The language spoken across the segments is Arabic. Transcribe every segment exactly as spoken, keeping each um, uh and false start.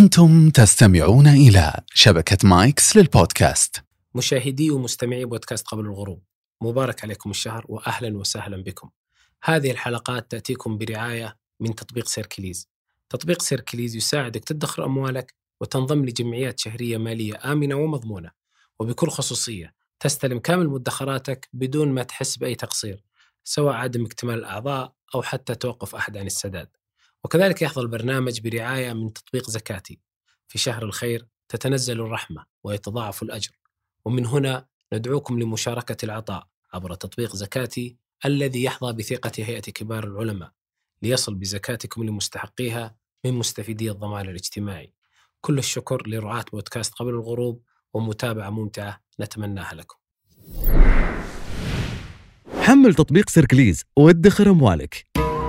أنتم تستمعون إلى شبكة مايكس للبودكاست. مشاهدي ومستمعي بودكاست قبل الغروب، مبارك عليكم الشهر وأهلا وسهلا بكم. هذه الحلقات تأتيكم برعاية من تطبيق سيركليز. تطبيق سيركليز يساعدك تدخر أموالك وتنضم لجمعيات شهرية مالية آمنة ومضمونة، وبكل خصوصية تستلم كامل مدخراتك بدون ما تحس بأي تقصير، سواء عدم اكتمال الأعضاء أو حتى توقف أحد عن السداد. وكذلك يحظى البرنامج برعاية من تطبيق زكاتي. في شهر الخير تتنزل الرحمة ويتضاعف الأجر، ومن هنا ندعوكم لمشاركة العطاء عبر تطبيق زكاتي الذي يحظى بثقة هيئة كبار العلماء، ليصل بزكاتكم لمستحقيها من مستفيدي الضمان الاجتماعي. كل الشكر لرعاة بودكاست قبل الغروب، ومتابعة ممتعة نتمناها لكم. حمل تطبيق سيركليز وادخر أموالك.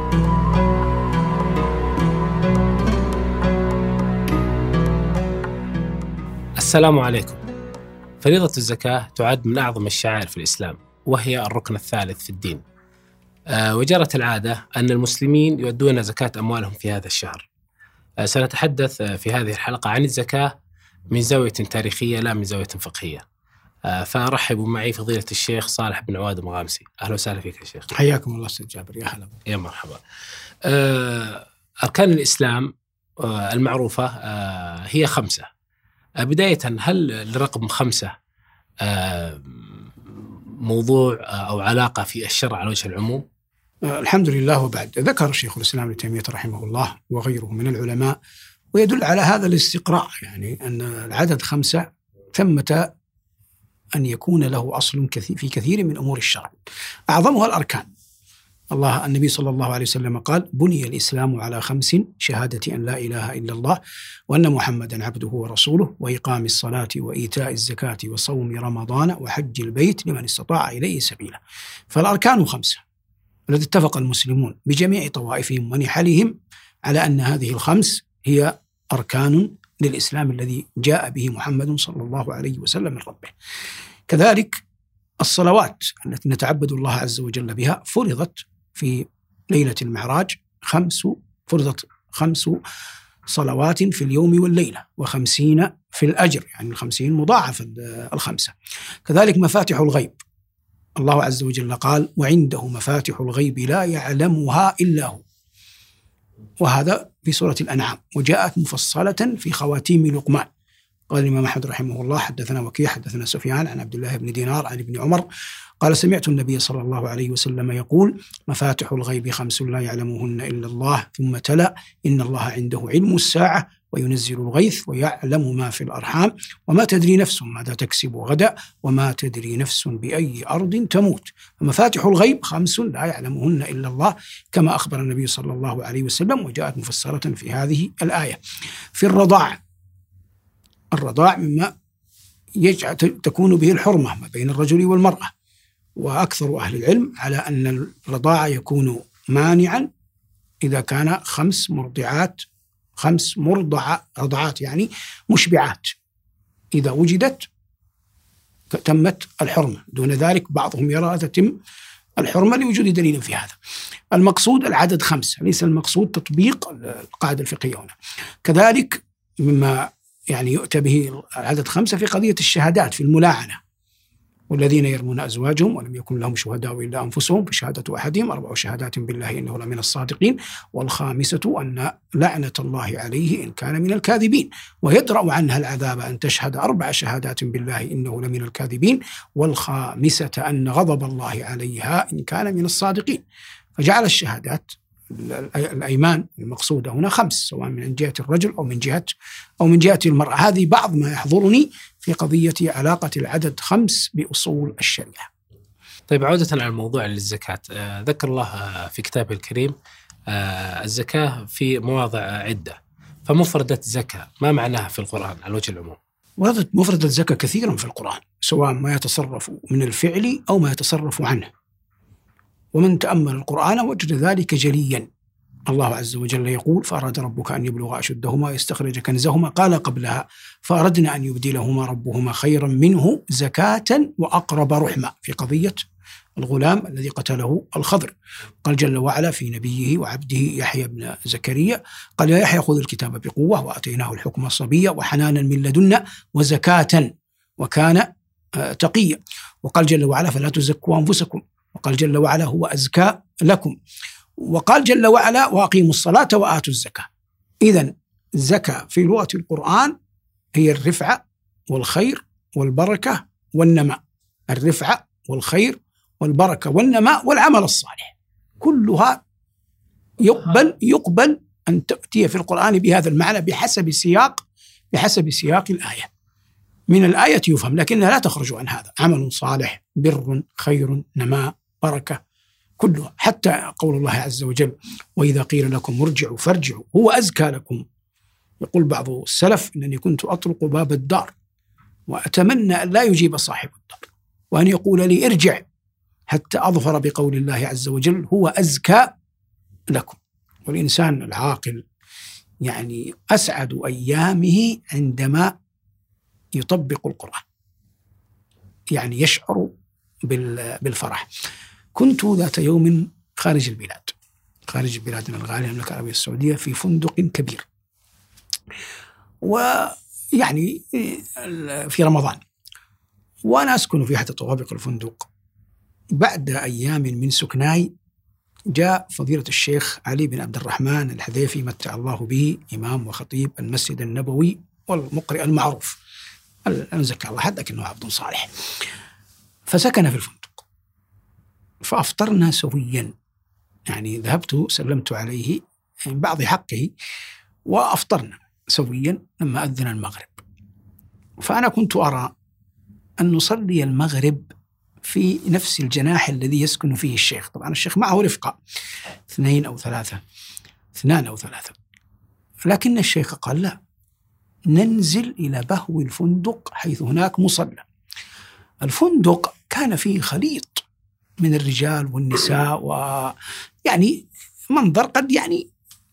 السلام عليكم. فريضة الزكاة تعد من أعظم الشعائر في الإسلام، وهي الركن الثالث في الدين. أه وجرت العادة أن المسلمين يؤدون زكاة أموالهم في هذا الشهر. أه سنتحدث في هذه الحلقة عن الزكاة من زاوية تاريخية لا من زاوية فقهية. أه فأرحب معي فضيلة الشيخ صالح بن عواد المغامسي. أهلا وسهلا فيك يا شيخ. حياكم الله أستاذ جابر. يا هلا. يا مرحبا. أه أركان الإسلام أه المعروفة أه هي خمسة. أه بداية، هل الرقم خمسة أه موضوع أو علاقة في الشرع على وجه العموم؟ الحمد لله. وبعد، ذكر شيخ الإسلام ابن تيمية رحمه الله وغيره من العلماء، ويدل على هذا الاستقراء، يعني أن العدد خمسة ثمة أن يكون له أصل كثير في كثير من أمور الشرع، أعظمها الأركان. الله النبي صلى الله عليه وسلم قال: بني الإسلام على خمس: شهادة أن لا إله إلا الله وأن محمدا عبده ورسوله، وإقام الصلاة وإيتاء الزكاة وصوم رمضان وحج البيت لمن استطاع إليه سبيلا. فالأركان خمسة الذي اتفق المسلمون بجميع طوائفهم ونحلهم على أن هذه الخمس هي أركان للإسلام الذي جاء به محمد صلى الله عليه وسلم من ربه. كذلك الصلوات التي نتعبد الله عز وجل بها فرضت في ليلة المعراج خمس فرضت خمس صلوات في اليوم والليلة، وخمسين في الأجر، يعني الخمسين مضاعف الخمسة. كذلك مفاتح الغيب، الله عز وجل قال: وعنده مفاتح الغيب لا يعلمها إلا هو، وهذا في سورة الأنعام، وجاءت مفصلة في خواتيم لقمان. قال الإمام أحمد رحمه الله: حدثنا وكيع حدثنا سفيان عن عبد الله بن دينار عن ابن عمر قال: سمعت النبي صلى الله عليه وسلم يقول: مفاتح الغيب خمس لا يعلمهن إلا الله، ثم تلا: إن الله عنده علم الساعة وينزل الغيث ويعلم ما في الأرحام وما تدري نفس ماذا تكسب غدا وما تدري نفس بأي أرض تموت. فمفاتح الغيب خمس لا يعلمهن إلا الله، كما أخبر النبي صلى الله عليه وسلم، وجاءت مفسرة في هذه الآية. في الرضاع، الرضاع مما يجعل تكون به الحرمة ما بين الرجل والمرأة، وأكثر أهل العلم على أن الرضاع يكون مانعا إذا كان خمس مرضعات خمس مرضع رضعات يعني مشبعات، إذا وجدت تمت الحرمة. دون ذلك بعضهم يرى تتم الحرمة لوجود دليل في هذا. المقصود العدد خمسة، ليس المقصود تطبيق القاعدة الفقهية هنا. كذلك مما يعني يؤتى به العدد خمسة في قضية الشهادات في الملاعنة: والذين يرمون أزواجهم ولم يكن لهم شهداء إلا أنفسهم فشهادة أحدهم أربع شهادات بالله إنه لمن الصادقين، والخامسة أن لعنة الله عليه إن كان من الكاذبين، ويدرأ عنها العذاب أن تشهد أربع شهادات بالله إنه لمن الكاذبين، والخامسة أن غضب الله عليها إن كان من الصادقين. فجعل الشهادات الأيمان المقصودة هنا خمس، سواء من جهة الرجل أو من جهة أو من جهة المرأة. هذه بعض ما يحضرني في قضية علاقة العدد خمس بأصول الشريعة. طيب، عودة على الموضوع للزكاة، آه ذكر الله في كتابه الكريم آه الزكاة في مواضع عدة، فمفردة زكاة ما معناها في القرآن على وجه العموم؟ مفردة زكاة كثيرا في القرآن، سواء ما يتصرف من الفعل أو ما يتصرف عنه، ومن تأمل القرآن وجد ذلك جليا. الله عز وجل يقول: فأراد ربك أن يبلغ أشدهما ويستخرج كنزهما، قال قبلها: فأردنا أن يبدلهما ربهما خيرا منه زكاة وأقرب رحمة، في قضية الغلام الذي قتله الخضر. قال جل وعلا في نبيه وعبده يحيى بن زكريا قال يا يحيى خذ الكتاب بقوة وآتيناه الحكم صبيا وحنانا من لدنا وزكاة وكان تقيا. وقال جل وعلا فلا تزكوا أنفسكم. وقال جل وعلا هو أزكى لكم. وقال جل وعلا وأقيموا الصلاة وآتوا الزكاة. إذن الزكاة في لغة القرآن هي الرفعة والخير والبركة والنماء. الرفعة والخير والبركة والنماء والعمل الصالح كلها يقبل يقبل أن تأتي في القرآن بهذا المعنى بحسب سياق بحسب سياق الآية. من الآية يفهم لكنها لا تخرج عن هذا. عمل صالح، بر، خير، نماء، بركة، كلها. حتى قول الله عز وجل وإذا قيل لكم ارجعوا فارجعوا هو أزكى لكم. يقول بعض السلف إنني كنت أطرق باب الدار وأتمنى أن لا يجيب صاحب الدار وأن يقول لي ارجع حتى أظفر بقول الله عز وجل هو أزكى لكم. والإنسان العاقل يعني أسعد أيامه عندما يطبق القرآن، يعني يشعر بالفرح. كنت ذات يوم خارج البلاد خارج بلادنا الغالية المملكة العربية السعودية في فندق كبير، ويعني في رمضان، وأنا أسكن في أحد طوابق الفندق. بعد أيام من سكناي جاء فضيلة الشيخ علي بن عبد الرحمن الحذيفي متع الله به، إمام وخطيب المسجد النبوي والمقرئ المعروف أنزك الله حد لكنه عبد صالح، فسكن في الفندق. فأفطرنا سويا، يعني ذهبت سلمت عليه من بعض حقه وأفطرنا سويا لما أذن المغرب. فأنا كنت أرى أن نصلي المغرب في نفس الجناح الذي يسكن فيه الشيخ. طبعا الشيخ معه رفقة اثنين أو ثلاثة اثنان أو ثلاثة، لكن الشيخ قال لا، ننزل إلى بهو الفندق حيث هناك مصلى. الفندق كان فيه خليط من الرجال والنساء، ويعني منظر قد يعني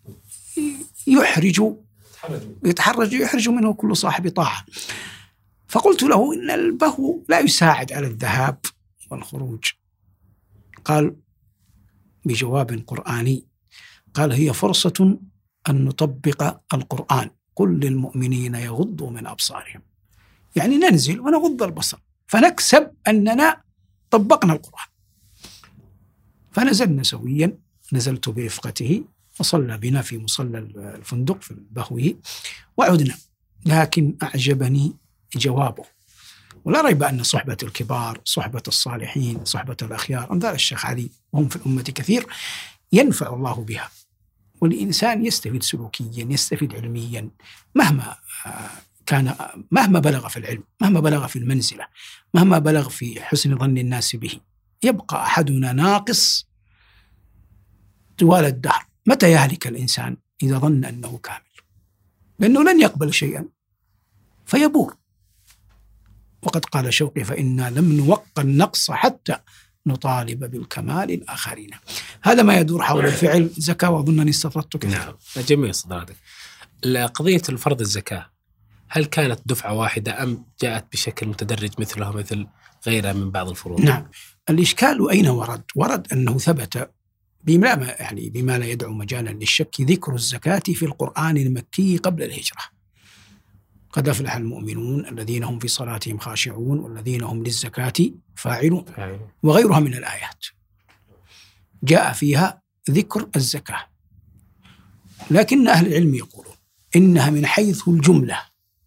يحرج يتحرج يحرج منه كل صاحب طاعة. فقلت له إن البهو لا يساعد على الذهاب والخروج. قال بجواب قرآني، قال هي فرصة أن نطبق القرآن، قل للمؤمنين يغضوا من أبصارهم، يعني ننزل ونغض البصر فنكسب أننا طبقنا القرآن. فنزلنا سويا، نزلت برفقته وصلى بنا في مصلى الفندق في البهوي وعدنا. لكن أعجبني جوابه، ولا ريب أن صحبة الكبار، صحبة الصالحين، صحبة الأخيار أمثال الشيخ علي وهم في الأمة كثير ينفع الله بها، والإنسان يستفيد سلوكيا، يستفيد علميا، مهما كان، مهما بلغ في العلم، مهما بلغ في المنزلة، مهما بلغ في حسن ظن الناس به، يبقى أحدنا ناقص طوال الدهر. متى يهلك الإنسان؟ إذا ظن أنه كامل، لأنه لن يقبل شيئا فيبور. وقد قال شوقي فإنا لم نوقع النقص حتى نطالب بالكمال الآخرين. هذا ما يدور حول الفعل زكاة، وأظنني استطردت كثيرا. نعم، جميل صدراتك. قضية الفرض الزكاة هل كانت دفعة واحدة أم جاءت بشكل متدرج مثلها مثل غيرها من بعض الفروض؟ نعم، الإشكال أين ورد؟ ورد أنه ثبت بما يعني بما لا يدعو مجالا للشك ذكر الزكاة في القرآن المكي قبل الهجرة. قد أفلح المؤمنون الذين هم في صلاتهم خاشعون والذين هم للزكاة فاعلون، وغيرها من الآيات جاء فيها ذكر الزكاة. لكن أهل العلم يقولون إنها من حيث الجملة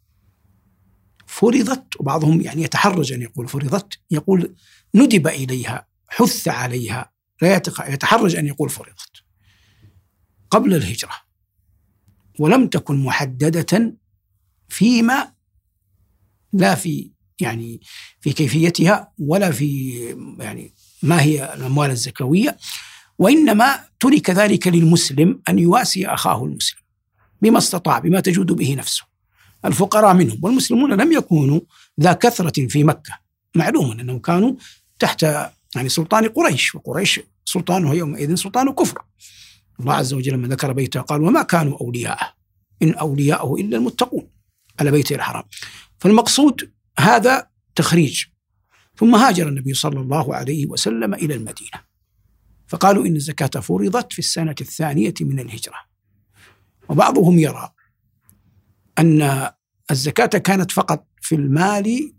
فرضت، وبعضهم يعني يتحرج أن يقول فرضت، يقول ندب إليها، حث عليها، لا يتحرج أن يقول فرضت قبل الهجرة، ولم تكن محددة فيما لا في يعني في كيفيتها ولا في يعني ما هي الأموال الزكوية، وإنما ترك ذلك للمسلم أن يواسي أخاه المسلم بما استطاع، بما تجود به نفسه، الفقراء منهم. والمسلمون لم يكونوا ذا كثرة في مكة، معلوم أنهم كانوا تحت يعني سلطان قريش، وقريش سلطانه يومئذ سلطان كفر. الله عز وجل لما ذكر بيته قال وما كانوا أولياءه إن أولياءه إلا المتقون على بيته الحرام. فالمقصود هذا تخريج. ثم هاجر النبي صلى الله عليه وسلم إلى المدينة، فقالوا إن الزكاة فرضت في السنة الثانية من الهجرة. وبعضهم يرى أن الزكاة كانت فقط في المال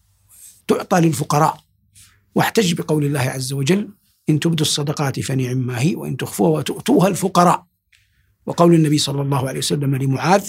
تعطى للفقراء، واحتج بقول الله عز وجل: إن تبدوا الصدقات فنعم ما هي وإن تخفوها وتؤتوها الفقراء، وقول النبي صلى الله عليه وسلم لمعاذ: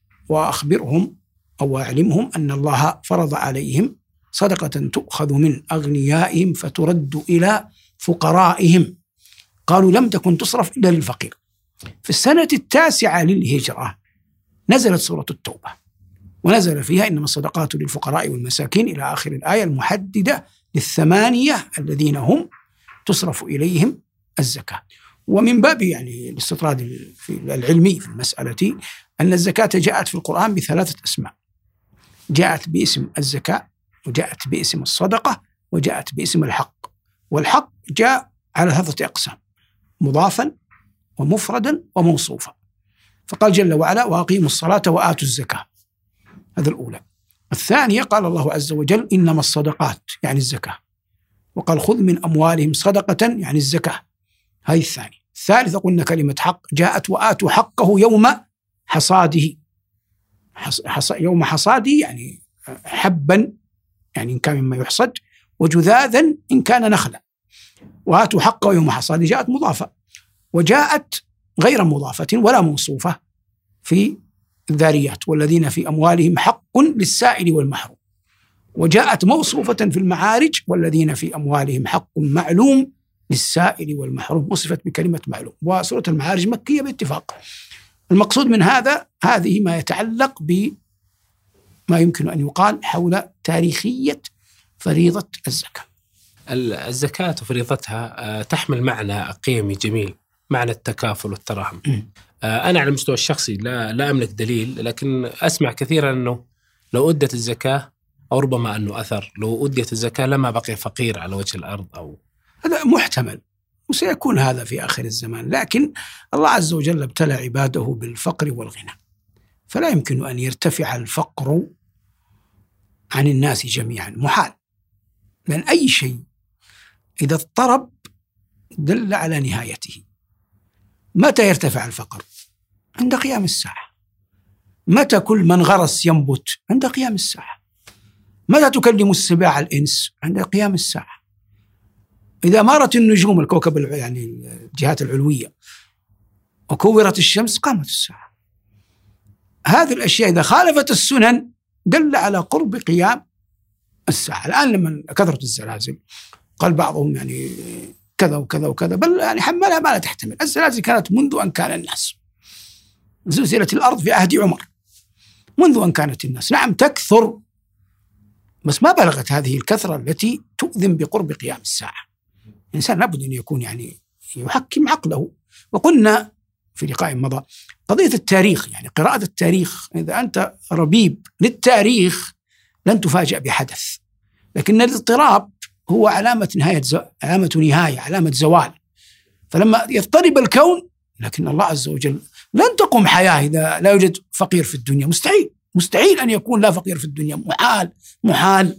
وأخبرهم أو أعلمهم أن الله فرض عليهم صدقة تؤخذ من أغنيائهم فترد إلى فقرائهم. قالوا: لم تكن تصرف إلا للفقير. في السنة التاسعة للهجرة نزلت سورة التوبة، ونزل فيها: إنما الصدقات للفقراء والمساكين إلى آخر الآية المحددة للثمانية الذين هم تصرف إليهم الزكاة. ومن باب يعني الاستطراد العلمي في المسألة أن الزكاة جاءت في القرآن بثلاثة أسماء: جاءت باسم الزكاة، وجاءت باسم الصدقة، وجاءت باسم الحق. والحق جاء على ثلاثة أقسام: مضافا ومفردا وموصوفا. فقال جل وعلا: وأقيموا الصلاة وآتوا الزكاة. هذا الأولى. الثانية قال الله عز وجل: إنما الصدقات، يعني الزكاة. وقال: خذ من أموالهم صدقة، يعني الزكاة. هذه الثانية. الثالثة قلنا كلمة حق، جاءت وآتوا حقه يوم حصاده. حص... يوم حصاده يعني حبا، يعني إن كان مما يحصد، وجذاذا إن كان نخلا. وآتوا حقه يوم حصاده جاءت مضافة، وجاءت غير مضافة ولا موصوفة في الذاريات: والذين في أموالهم حق للسائل والمحروم. وجاءت موصوفة في المعارج: والذين في أموالهم حق معلوم للسائل والمحروم، وصفت بكلمة معلوم. وسورة المعارج مكية باتفاق. المقصود من هذا هذه ما يتعلق بما يمكن أن يقال حول تاريخية فريضة الزكاة. الزكاة وفريضتها تحمل معنى قيمي جميل، معنى التكافل والتراحم. أنا على المستوى الشخصي لا لا أملك دليل، لكن أسمع كثيرا أنه لو أدت الزكاة، أو ربما أنه أثر لو أدت الزكاة لما بقي فقير على وجه الأرض. أو هذا محتمل، وسيكون هذا في آخر الزمان. لكن الله عز وجل ابتلى عباده بالفقر والغنى، فلا يمكن أن يرتفع الفقر عن الناس جميعا، محال. لأن أي شيء إذا اضطرب دل على نهايته. متى يرتفع الفقر؟ عند قيام الساعة. متى كل من غرس ينبت؟ عند قيام الساعة. متى تكلم السباع الإنس؟ عند قيام الساعة. إذا مارت النجوم، الكوكب يعني الجهات العلوية، وكورت الشمس، قامت الساعة. هذه الأشياء إذا خالفت السنن دل على قرب قيام الساعة. الآن لما كثرت الزلازل قال بعضهم يعني كذا وكذا وكذا، بل يعني حملها ما لا تحتمل. الزلازل كانت منذ أن كان الناس. زلزلت الأرض في عهد عمر، منذ أن كانت الناس. نعم تكثر، بس ما بلغت هذه الكثرة التي تؤذن بقرب قيام الساعة. الإنسان لابد أن يكون يعني يحكم عقله. وقلنا في لقاء مضى قضية التاريخ، يعني قراءة التاريخ. إذا أنت ربيب للتاريخ لن تفاجأ بحدث، لكن الاضطراب هو علامة نهاية زو... علامة نهاية علامة زوال. فلما يضطرب الكون، لكن الله عز وجل لن تقوم حياة إذا لا يوجد فقير في الدنيا. مستحيل مستحيل أن يكون لا فقير في الدنيا، محال محال.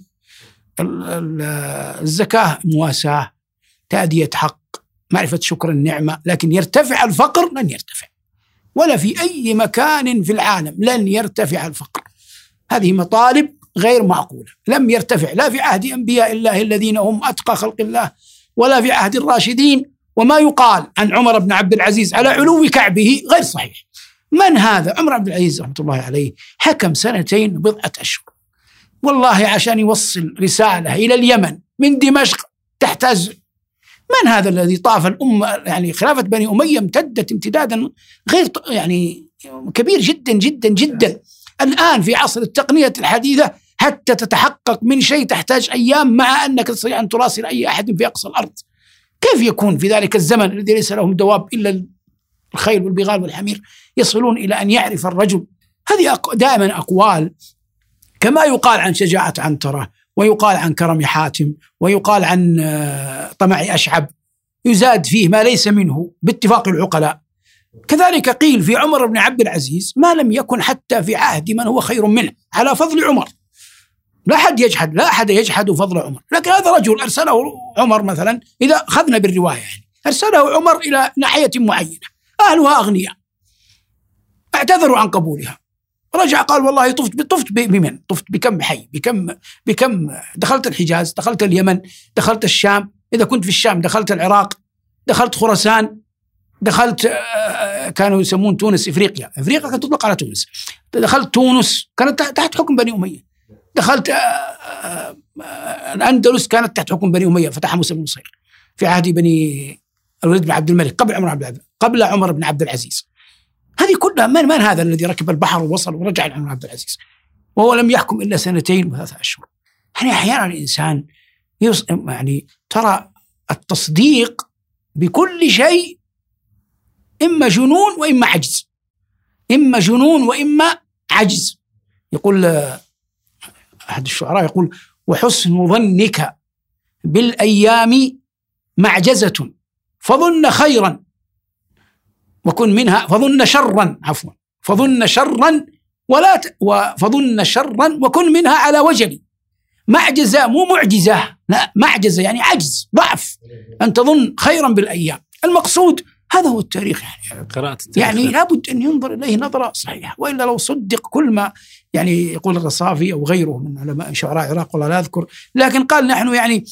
الزكاة مواساة، تأدية حق، معرفة شكر النعمة. لكن يرتفع الفقر؟ لن يرتفع، ولا في أي مكان في العالم لن يرتفع الفقر. هذه مطالب غير معقولة، لم يرتفع لا في عهد أنبياء الله الذين هم أتقى خلق الله، ولا في عهد الراشدين. وما يقال عن عمر بن عبد العزيز على علو كعبه غير صحيح. من هذا؟ عمر عبد العزيز رحمة الله عليه حكم سنتين بضعة أشهر، والله عشان يوصل رسالة إلى اليمن من دمشق تحتاج. من هذا الذي طاف الأمة؟ يعني خلافة بني أمية امتدت امتدادا غير يعني كبير جدا جدا جدا. الآن في عصر التقنية الحديثة حتى تتحقق من شيء تحتاج أيام، مع أنك تستطيع أن تراسل أي أحد في أقصى الأرض. كيف يكون في ذلك الزمن الذي ليس لهم دواب إلا الخيل والبغال والحمير يصلون إلى أن يعرف الرجل؟ هذه دائما أقوال، كما يقال عن شجاعة عنترة، ويقال عن كرم حاتم، ويقال عن طمع أشعب، يزاد فيه ما ليس منه باتفاق العقلاء. كذلك قيل في عمر بن عبد العزيز ما لم يكن حتى في عهد من هو خير منه على فضل عمر. لا أحد يجحد، لا أحد يجحد فضل عمر، لكن هذا رجل أرسله عمر مثلا، إذا أخذنا بالرواية يعني أرسله عمر إلى ناحية معينة أهلها أغنياء، اعتذروا عن قبولها، رجع قال والله طفت طفت بمن طفت بكم حي، بكم بكم دخلت الحجاز، دخلت اليمن، دخلت الشام، إذا كنت في الشام دخلت العراق، دخلت خراسان، دخلت كانوا يسمون تونس إفريقيا، إفريقيا كانت تطلق على تونس، دخلت تونس كانت تحت حكم بني أمية، دخلت الأندلس كانت تحت حكم بني أمية، فتح موسى بن نصير في عهد بني الوليد بن عبد الملك قبل عمر بن عبد قبل عمر بن عبد العزيز. هذه كلها من من هذا الذي ركب البحر ووصل ورجع لعمر بن عبد العزيز وهو لم يحكم إلا سنتين وثلاثة أشهر؟ يعني أحيانا الإنسان يص... يعني ترى التصديق بكل شيء إما جنون وإما عجز، إما جنون وإما عجز. يقول أحد الشعراء يقول: وحسن ظنك بالأيام معجزة فظن خيرا وكن منها فظن شرا عفوا فظن شرا ولا ت... فظن شرا وكن منها على وجل. معجزة مو معجزة، لا معجزة يعني عجز ضعف أن تظن خيرا بالأيام. المقصود هذا هو التاريخ يعني قراءة التاريخ يعني لابد أن ينظر إليه نظرة صحيحة، وإلا لو صدق كل ما يعني يقول الرصافي أو غيره من علماء شعراء العراق ولا لا أذكر، لكن قال نحن يعني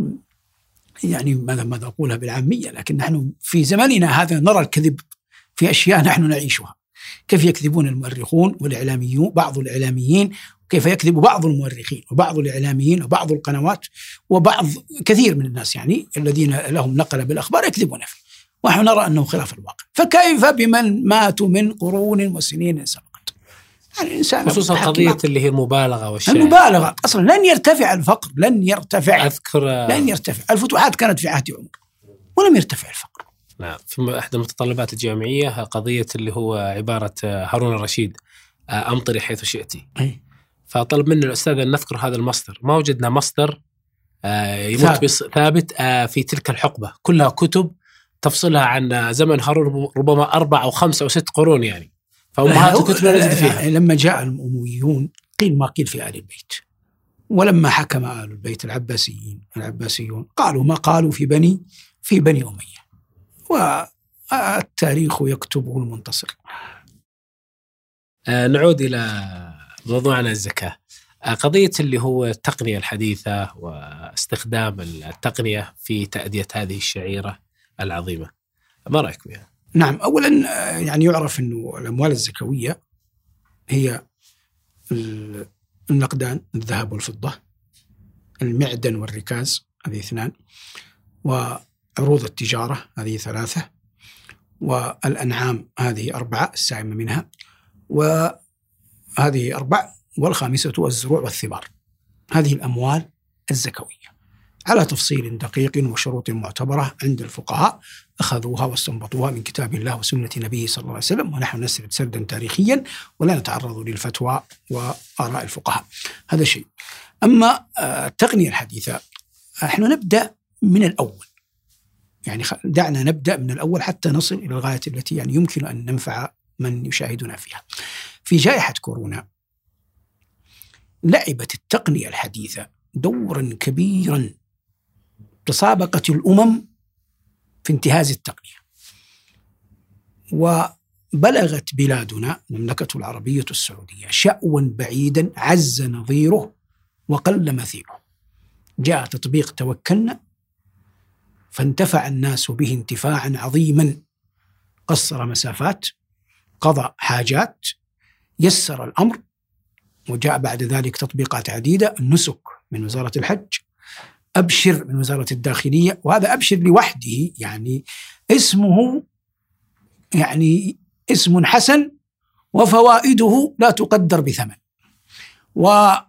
يعني ماذا ماذا أقولها بالعامية، لكن نحن في زماننا هذا نرى الكذب في أشياء نحن نعيشها، كيف يكذبون المؤرخون والإعلاميون بعض الإعلاميين، كيف يكذب بعض المؤرخين وبعض الإعلاميين وبعض القنوات وبعض كثير من الناس يعني الذين لهم نقل بالأخبار يكذبون فيه، ونحن نرى أنه خلاف الواقع. فكيف بمن ماتوا من قرون وسنين سبقت؟ يعني الإنسان خصوصا قضية اللي هي المبالغة والشيء المبالغة أصلا لن يرتفع الفقر، لن يرتفع أذكر لن يرتفع. الفتوحات كانت في عهد عمر ولم يرتفع الفقر. نعم. في أحد المتطلبات الجامعية قضية اللي هو عبارة هارون الرشيد أمطري حيث شئتي، فطلب منا الأستاذ أن نذكر هذا المصدر، ما وجدنا مصدر يموت بس ثابت في تلك الحقبة، كلها كتب تفصلها عن زمن هارون ربما أربع أو خمس أو ست قرون يعني، فأمهات الكتب لا نجد فيها. لما جاء الأمويون قيل ما قيل في آل البيت، ولما حكم آل البيت العباسيين العباسيون قالوا ما قالوا في بني في بني أمية، والتاريخ يكتبه المنتصر. آه نعود إلى موضوعنا الزكاة. آه قضية اللي هو التقنية الحديثة واستخدام التقنية في تأدية هذه الشعيرة العظيمة، ما رأيك بها؟ نعم، أولا يعني يعرف أنه الأموال الزكوية هي النقدان الذهب والفضة، المعدن والركاز هذه اثنان، وعروض التجارة هذه ثلاثة، والأنعام هذه أربعة السائمة منها، وهذه أربع، والخامسة الزروع والثمار. هذه الأموال الزكوية على تفصيل دقيق وشروط معتبرة عند الفقهاء، أخذوها واستنبطوها من كتاب الله وسنة نبيه صلى الله عليه وسلم، ونحن نسرد سردا تاريخيا ولا نتعرض للفتوى وآراء الفقهاء. هذا شيء. أما التقنية الحديثة نحن نبدأ من الأول، يعني دعنا نبدأ من الأول حتى نصل إلى الغاية التي يعني يمكن أن ننفع من يشاهدنا فيها. في جائحة كورونا لعبت التقنية الحديثة دورا كبيرا، تسابقت الأمم في انتهاز التقنية، وبلغت بلادنا المملكة العربية السعودية شأوا بعيدا عز نظيره وقل مثيله. جاء تطبيق توكلنا فانتفع الناس به انتفاعا عظيما، قصر مسافات، قضى حاجات، يسر الأمر. وجاء بعد ذلك تطبيقات عديدة، النسك من وزارة الحج، أبشر من وزارة الداخلية، وهذا أبشر لوحده يعني اسمه يعني اسم حسن وفوائده لا تقدر بثمن. وكل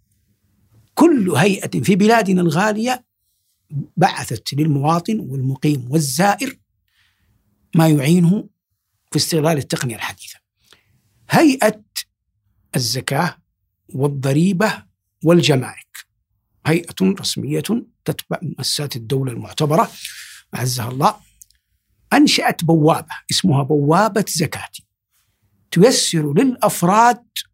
هيئة في بلادنا الغالية بعثت للمواطن والمقيم والزائر ما يعينه في استغلال التقنية الحديثة. هيئة الزكاة والضريبة والجمارك هيئة رسمية تتبع مؤسسات الدولة المعتبرة أعزها الله، أنشأت بوابة اسمها بوابة زكاتي، تيسر للأفراد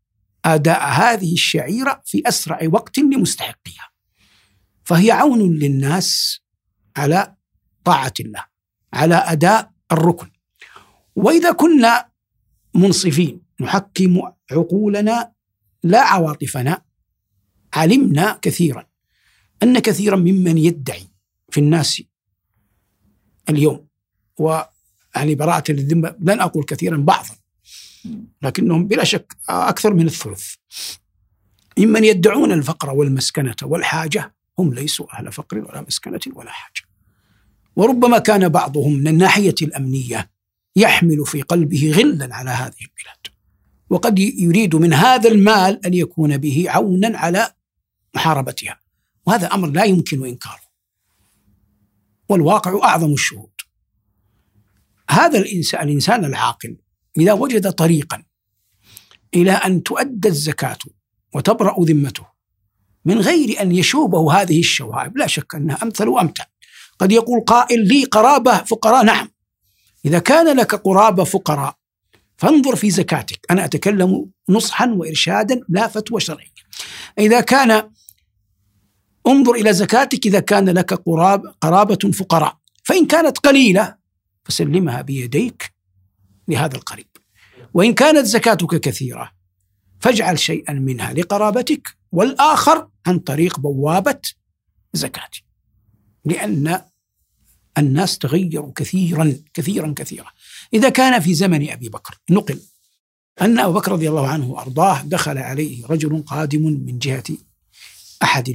أداء هذه الشعيرة في أسرع وقت لمستحقها، فهي عون للناس على طاعة الله، على أداء الركن. وإذا كنا منصفين نحكم عقولنا لا عواطفنا، علمنا كثيرا أن كثيرا ممن يدعي في الناس اليوم، ويعني براءة الذمة لن أقول كثيرا، بعضا، لكنهم بلا شك أكثر من الثلث، ممن يدعون الفقر والمسكنة والحاجة هم ليسوا أهل فقر ولا مسكنة ولا حاجة. وربما كان بعضهم من الناحية الأمنية يحمل في قلبه غلا على هذه البلاد، وقد يريد من هذا المال أن يكون به عونا على محاربتها، وهذا أمر لا يمكن إنكاره، والواقع أعظم الشهود. هذا الإنسان الإنسان العاقل إذا وجد طريقا إلى أن تؤدى الزكاة وتبرأ ذمته من غير أن يشوبه هذه الشوائب، لا شك أنها أمثل وأمتع. قد يقول قائل لي قرابة فقراء، نعم، إذا كان لك قرابة فقراء فانظر في زكاتك، أنا أتكلم نصحا وإرشادا لا فتوى شرعية. إذا كان انظر إلى زكاتك إذا كان لك قراب قرابة فقراء، فإن كانت قليلة فسلمها بيديك لهذا القريب، وإن كانت زكاتك كثيرة فاجعل شيئا منها لقرابتك والآخر عن طريق بوابة زكاتي، لأن الناس تغيروا كثيرا كثيرا كثيرا. إذا كان في زمن أبي بكر نقل أن أبو بكر رضي الله عنه وأرضاه دخل عليه رجل قادم من جهة أحد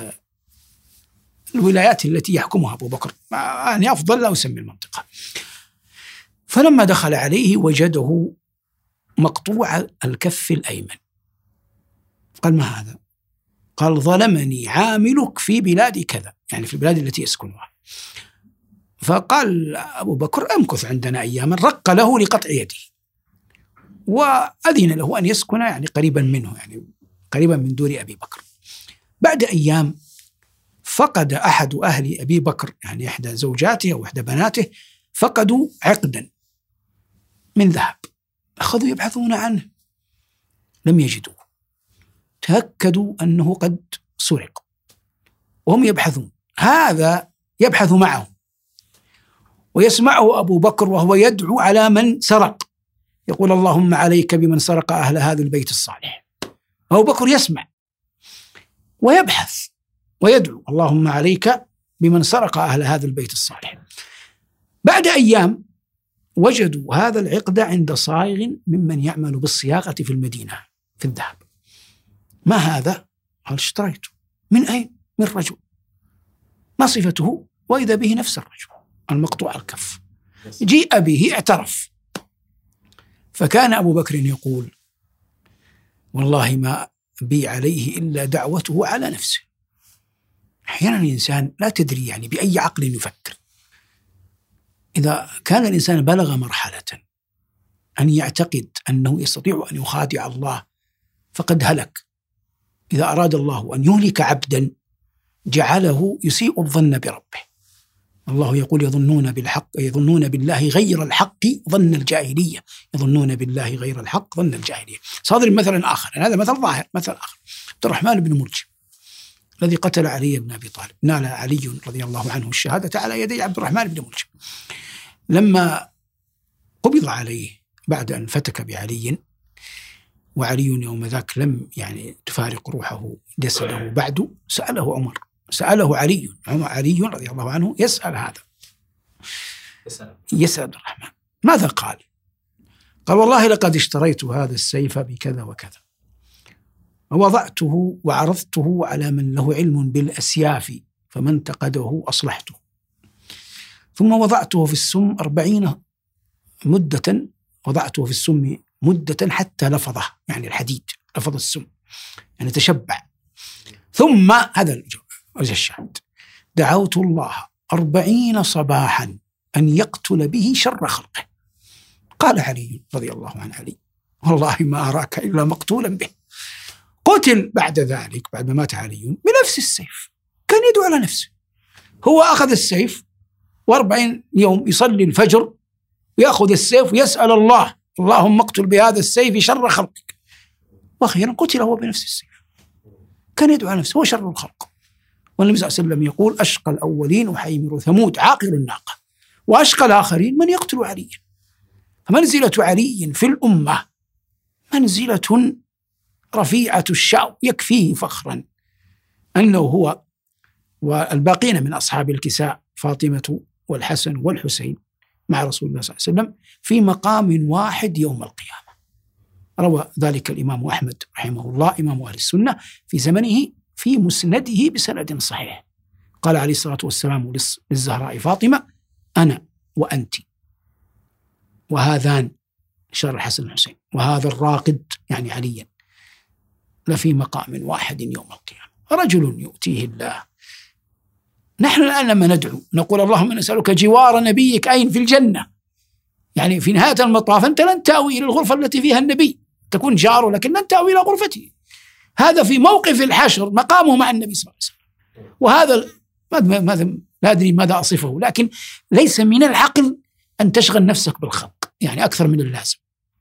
الولايات التي يحكمها أبو بكر، يعني أفضل لا أسمي المنطقة. فلما دخل عليه وجده مقطوع الكف الأيمن، قال ما هذا؟ قال ظلمني عاملك في بلاد كذا، يعني في البلاد التي يسكنها. فقال أبو بكر أمكث عندنا أياما، رق له لقطع يده وأذن له أن يسكن يعني قريبا منه، يعني قريبا من دور أبي بكر. بعد أيام فقد أحد أهل أبي بكر، يعني إحدى زوجاته أو إحدى بناته، فقدوا عقدا من ذهب، أخذوا يبحثون عنه لم يجدوه، تأكدوا أنه قد سرق وهم يبحثون. هذا يبحث معه ويسمعه أبو بكر وهو يدعو على من سرق، يقول اللهم عليك بمن سرق أهل هذا البيت الصالح. أبو بكر يسمع ويبحث ويدعو اللهم عليك بمن سرق أهل هذا البيت الصالح. بعد أيام وجدوا هذا العقد عند صائغ ممن يعمل بالصياغة في المدينة في الذهب. ما هذا؟ قال اشتريته. من أين؟ من رجل. ما صفته؟ وإذا به نفس الرجل المقطوع الكف، جيء به اعترف. فكان أبو بكر يقول والله ما بي عليه إلا دعوته على نفسه. أحيانا الإنسان لا تدري يعني بأي عقل يفكر. إذا كان الإنسان بلغ مرحلة أن يعتقد أنه يستطيع أن يخادع الله فقد هلك. إذا أراد الله أن يهلك عبدا جعله يسيء الظن بربه. الله يقول يظنون بالحق يظنون بالله غير الحق ظن الجاهلية، يظنون بالله غير الحق ظن الجاهلية. صادر مثلا آخر، هذا مثل ظاهر. مثل آخر عبد الرحمن بن ملجم الذي قتل علي بن أبي طالب، نال علي رضي الله عنه الشهادة على يدي عبد الرحمن بن ملجم. لما قبض عليه بعد أن فتك بعلي، وعلي يوم ذاك لم يعني تفارق روحه جسده بعد، سأله عمر سأله علي عمر علي رضي الله عنه يسأل هذا يسأل, يسأل عبد الرحمن ماذا قال؟ قال والله لقد اشتريت هذا السيف بكذا وكذا، ووضعته وعرضته على من له علم بالأسياف فمن انتقده أصلحته، ثم وضعته في السم أربعين مدة، وضعته في السم مدة حتى لفظه، يعني الحديد لفظ السم يعني تشبع، ثم هذا وجه الشاهد دعوت الله أربعين صباحا أن يقتل به شر خلقه. قال علي رضي الله عن علي والله ما أراك إلا مقتولا به. قتل بعد ذلك بعد ما مات علي بنفس السيف، كان يدعو على نفسه. هو أخذ السيف وأربعين يوم يصلي الفجر ويأخذ السيف ويسأل الله اللهم اقتل بهذا السيف شر خلقك. وأخيرا قتل هو بنفس السيف. كان يدعو على نفسه، هو شر الخلق. والنبي صلى الله عليه وسلم يقول: أشقى الأولين وحيمر ثمود عاقر الناقة، وأشقى الآخرين من يقتل عليا. فمنزلة علي في الأمة منزلة رفيعة الشأن، يكفيه فخرا أنه هو والباقين من أصحاب الكساء فاطمة والحسن والحسين مع رسول الله صلى الله عليه وسلم في مقام واحد يوم القيامة. روى ذلك الإمام أحمد رحمه الله إمام أهل السنة في زمنه في مسنده بسند صحيح. قال عليه الصلاة والسلام للزهراء فاطمة: أنا وأنت وهذان شر الحسن والحسين وهذا الراقد يعني عليا لفي مقام واحد يوم القيامة. رجل يؤتيه الله. نحن الآن لما ندعو نقول: اللهم نسألك جوار نبيك أين في الجنة. يعني في نهاية المطاف أنت لن تأوي إلى الغرفة التي فيها النبي، تكون جاره لكن لن تأوي إلى غرفته. هذا في موقف الحشر مقامه مع النبي صلى الله عليه وسلم. وهذا ماذا لا أدري ماذا أصفه، لكن ليس من العقل أن تشغل نفسك بالخلق يعني أكثر من اللازم.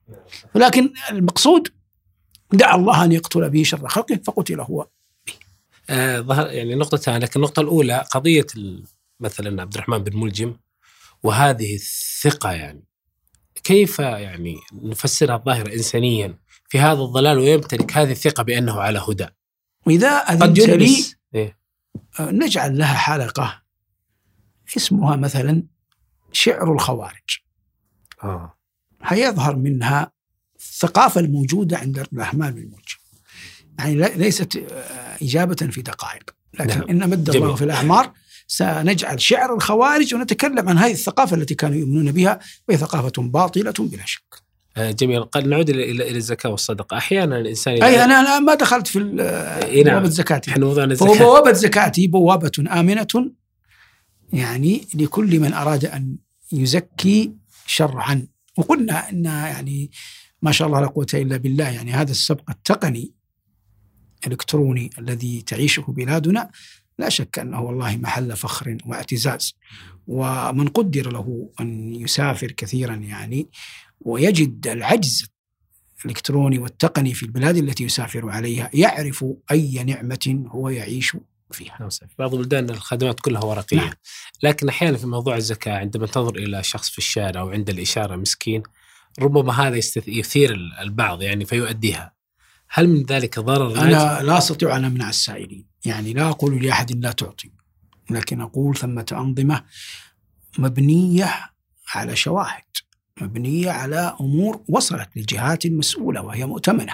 ولكن المقصود دعا الله أن يقتل به شر خلقه فقتل هو به. آه ظهر يعني نقطتان، لكن النقطة الأولى قضية مثلا عبد الرحمن بن ملجم وهذه الثقة، يعني كيف يعني نفسرها ظاهرة إنسانيا في هذا الضلال ويمتلك هذه الثقة بأنه على هدى؟ وإذا أذنت لي إيه؟ نجعل لها حلقة اسمها مثلا شعر الخوارج. آه. هيظهر منها الثقافة الموجودة عند عبد الرحمن بن ملجم، يعني ليست إجابة في دقائق، لكن نعم. إن مد الله في الأعمار سنجعل شعر الخوارج ونتكلم عن هذه الثقافة التي كانوا يؤمنون بها، وهي ثقافة باطلة بلا شك. جميل. قد نعود إلى إلى الزكاة والصدقة. أحيانا الإنسان أي أنا أنا ما دخلت في بوابة زكاتي، فبوابة زكاتي بوابة آمنة يعني لكل من أراد أن يزكي شرعا. وقلنا إن يعني ما شاء الله لا قوة إلا بالله، يعني هذا السبق التقني الإلكتروني الذي تعيشه بلادنا لا شك أنه والله محل فخر واعتزاز. ومن قدر له أن يسافر كثيرا يعني ويجد العجز الإلكتروني والتقني في البلاد التي يسافر عليها يعرف أي نعمة هو يعيش فيها. بعض البلدان الخدمات كلها ورقية. نعم. لكن أحيانا في موضوع الزكاة عندما تنظر إلى شخص في الشارع أو عند الإشارة مسكين، ربما هذا يثير البعض يعني فيؤديها. هل من ذلك ضرر؟ أنا لا أستطيع أن أمنع السائلين، يعني لا أقول لأحد لا تعطي، لكن أقول ثمة أنظمة مبنية على شواهد، مبنية على أمور وصلت للجهات المسؤولة وهي مؤتمنة.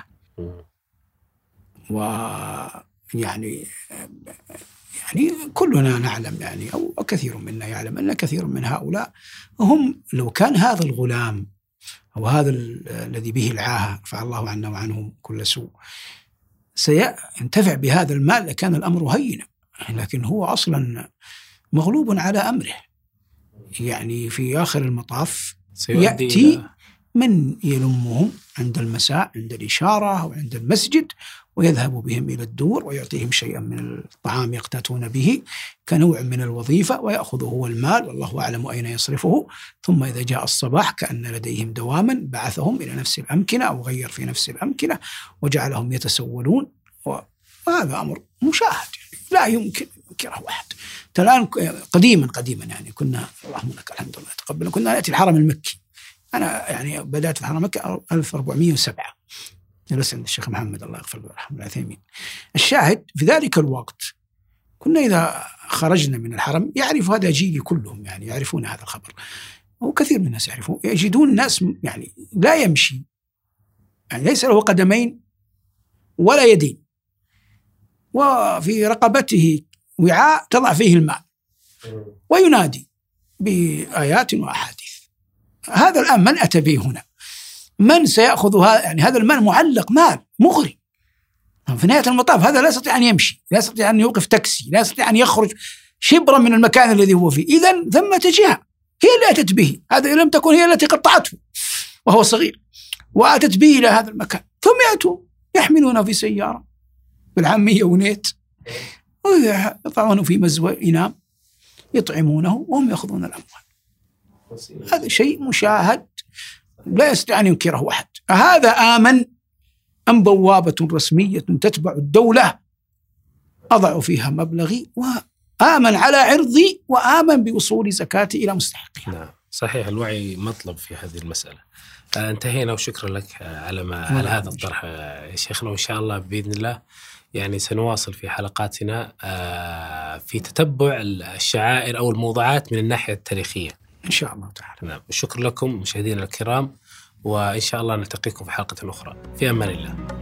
ويعني يعني كلنا نعلم يعني أو كثير منا يعلم أن كثير من هؤلاء هم لو كان هذا الغلام أو هذا الذي به العاهة رفع الله عنا وعنهم كل سوء سينتفع بهذا المال لكان الأمر هينا، لكن هو أصلا مغلوب على أمره. يعني في آخر المطاف يأتي من يلمهم عند المساء عند الإشارة أو عند المسجد ويذهب بهم إلى الدور ويعطيهم شيئا من الطعام يقتاتون به كنوع من الوظيفة، ويأخذ هو المال والله أعلم أين يصرفه. ثم إذا جاء الصباح كأن لديهم دواما بعثهم إلى نفس الأمكنة أو غير في نفس الأمكنة وجعلهم يتسولون. وهذا أمر مشاهد لا يمكن ينكره واحد. الآن قديما قديما يعني كنا اللهم لك الحمد لله تقبل كنا نأتي الحرم المكي. أنا يعني بدأت في الحرم المكي ألف وأربعمائة وسبعة جلست عند الشيخ محمد الله يغفر له ورحمه العثيمين. الشاهد في ذلك الوقت كنا إذا خرجنا من الحرم يعرف هذا جيلي كلهم يعني يعرفون هذا الخبر وكثير من الناس يعرفون، يجدون الناس يعني لا يمشي يعني ليس له قدمين ولا يدين وفي رقبته وعاء تضع فيه الماء وينادي بآيات وأحاديث. هذا الآن من أتى به هنا؟ من سيأخذ هذا؟ يعني هذا المال معلق مال مغري في نهاية المطاف. هذا لا يستطيع أن يمشي، لا يستطيع أن يوقف تاكسي، لا يستطيع أن يخرج شبرا من المكان الذي هو فيه. إذن ثمة جهة هي اللي أتت به، هذا لم تكن هي التي قطعته وهو صغير وأتت به إلى هذا المكان، ثم يأتوا يحملونه في سيارة بالعامية ونيت ويضعونه في مزوى إنام يطعمونه وهم يأخذون الأموال. هذا شيء مشاهد لا يستطيع أن ينكره أحد. هذا آمن أم بوابة رسمية تتبع الدولة أضع فيها مبلغي وآمن على عرضي وآمن بوصول زكاتي إلى مستحقها. نعم صحيح، الوعي مطلب في هذه المسألة. آه انتهينا، وشكرا لك على ما على هذا الطرح يا شيخنا، وإن شاء الله بإذن الله يعني سنواصل في حلقاتنا آه في تتبع الشعائر أو الموضوعات من الناحية التاريخية إن شاء الله تعالى. نعم، شكرا لكم مشاهدينا الكرام، وإن شاء الله نلتقيكم في حلقة أخرى. في أمان الله.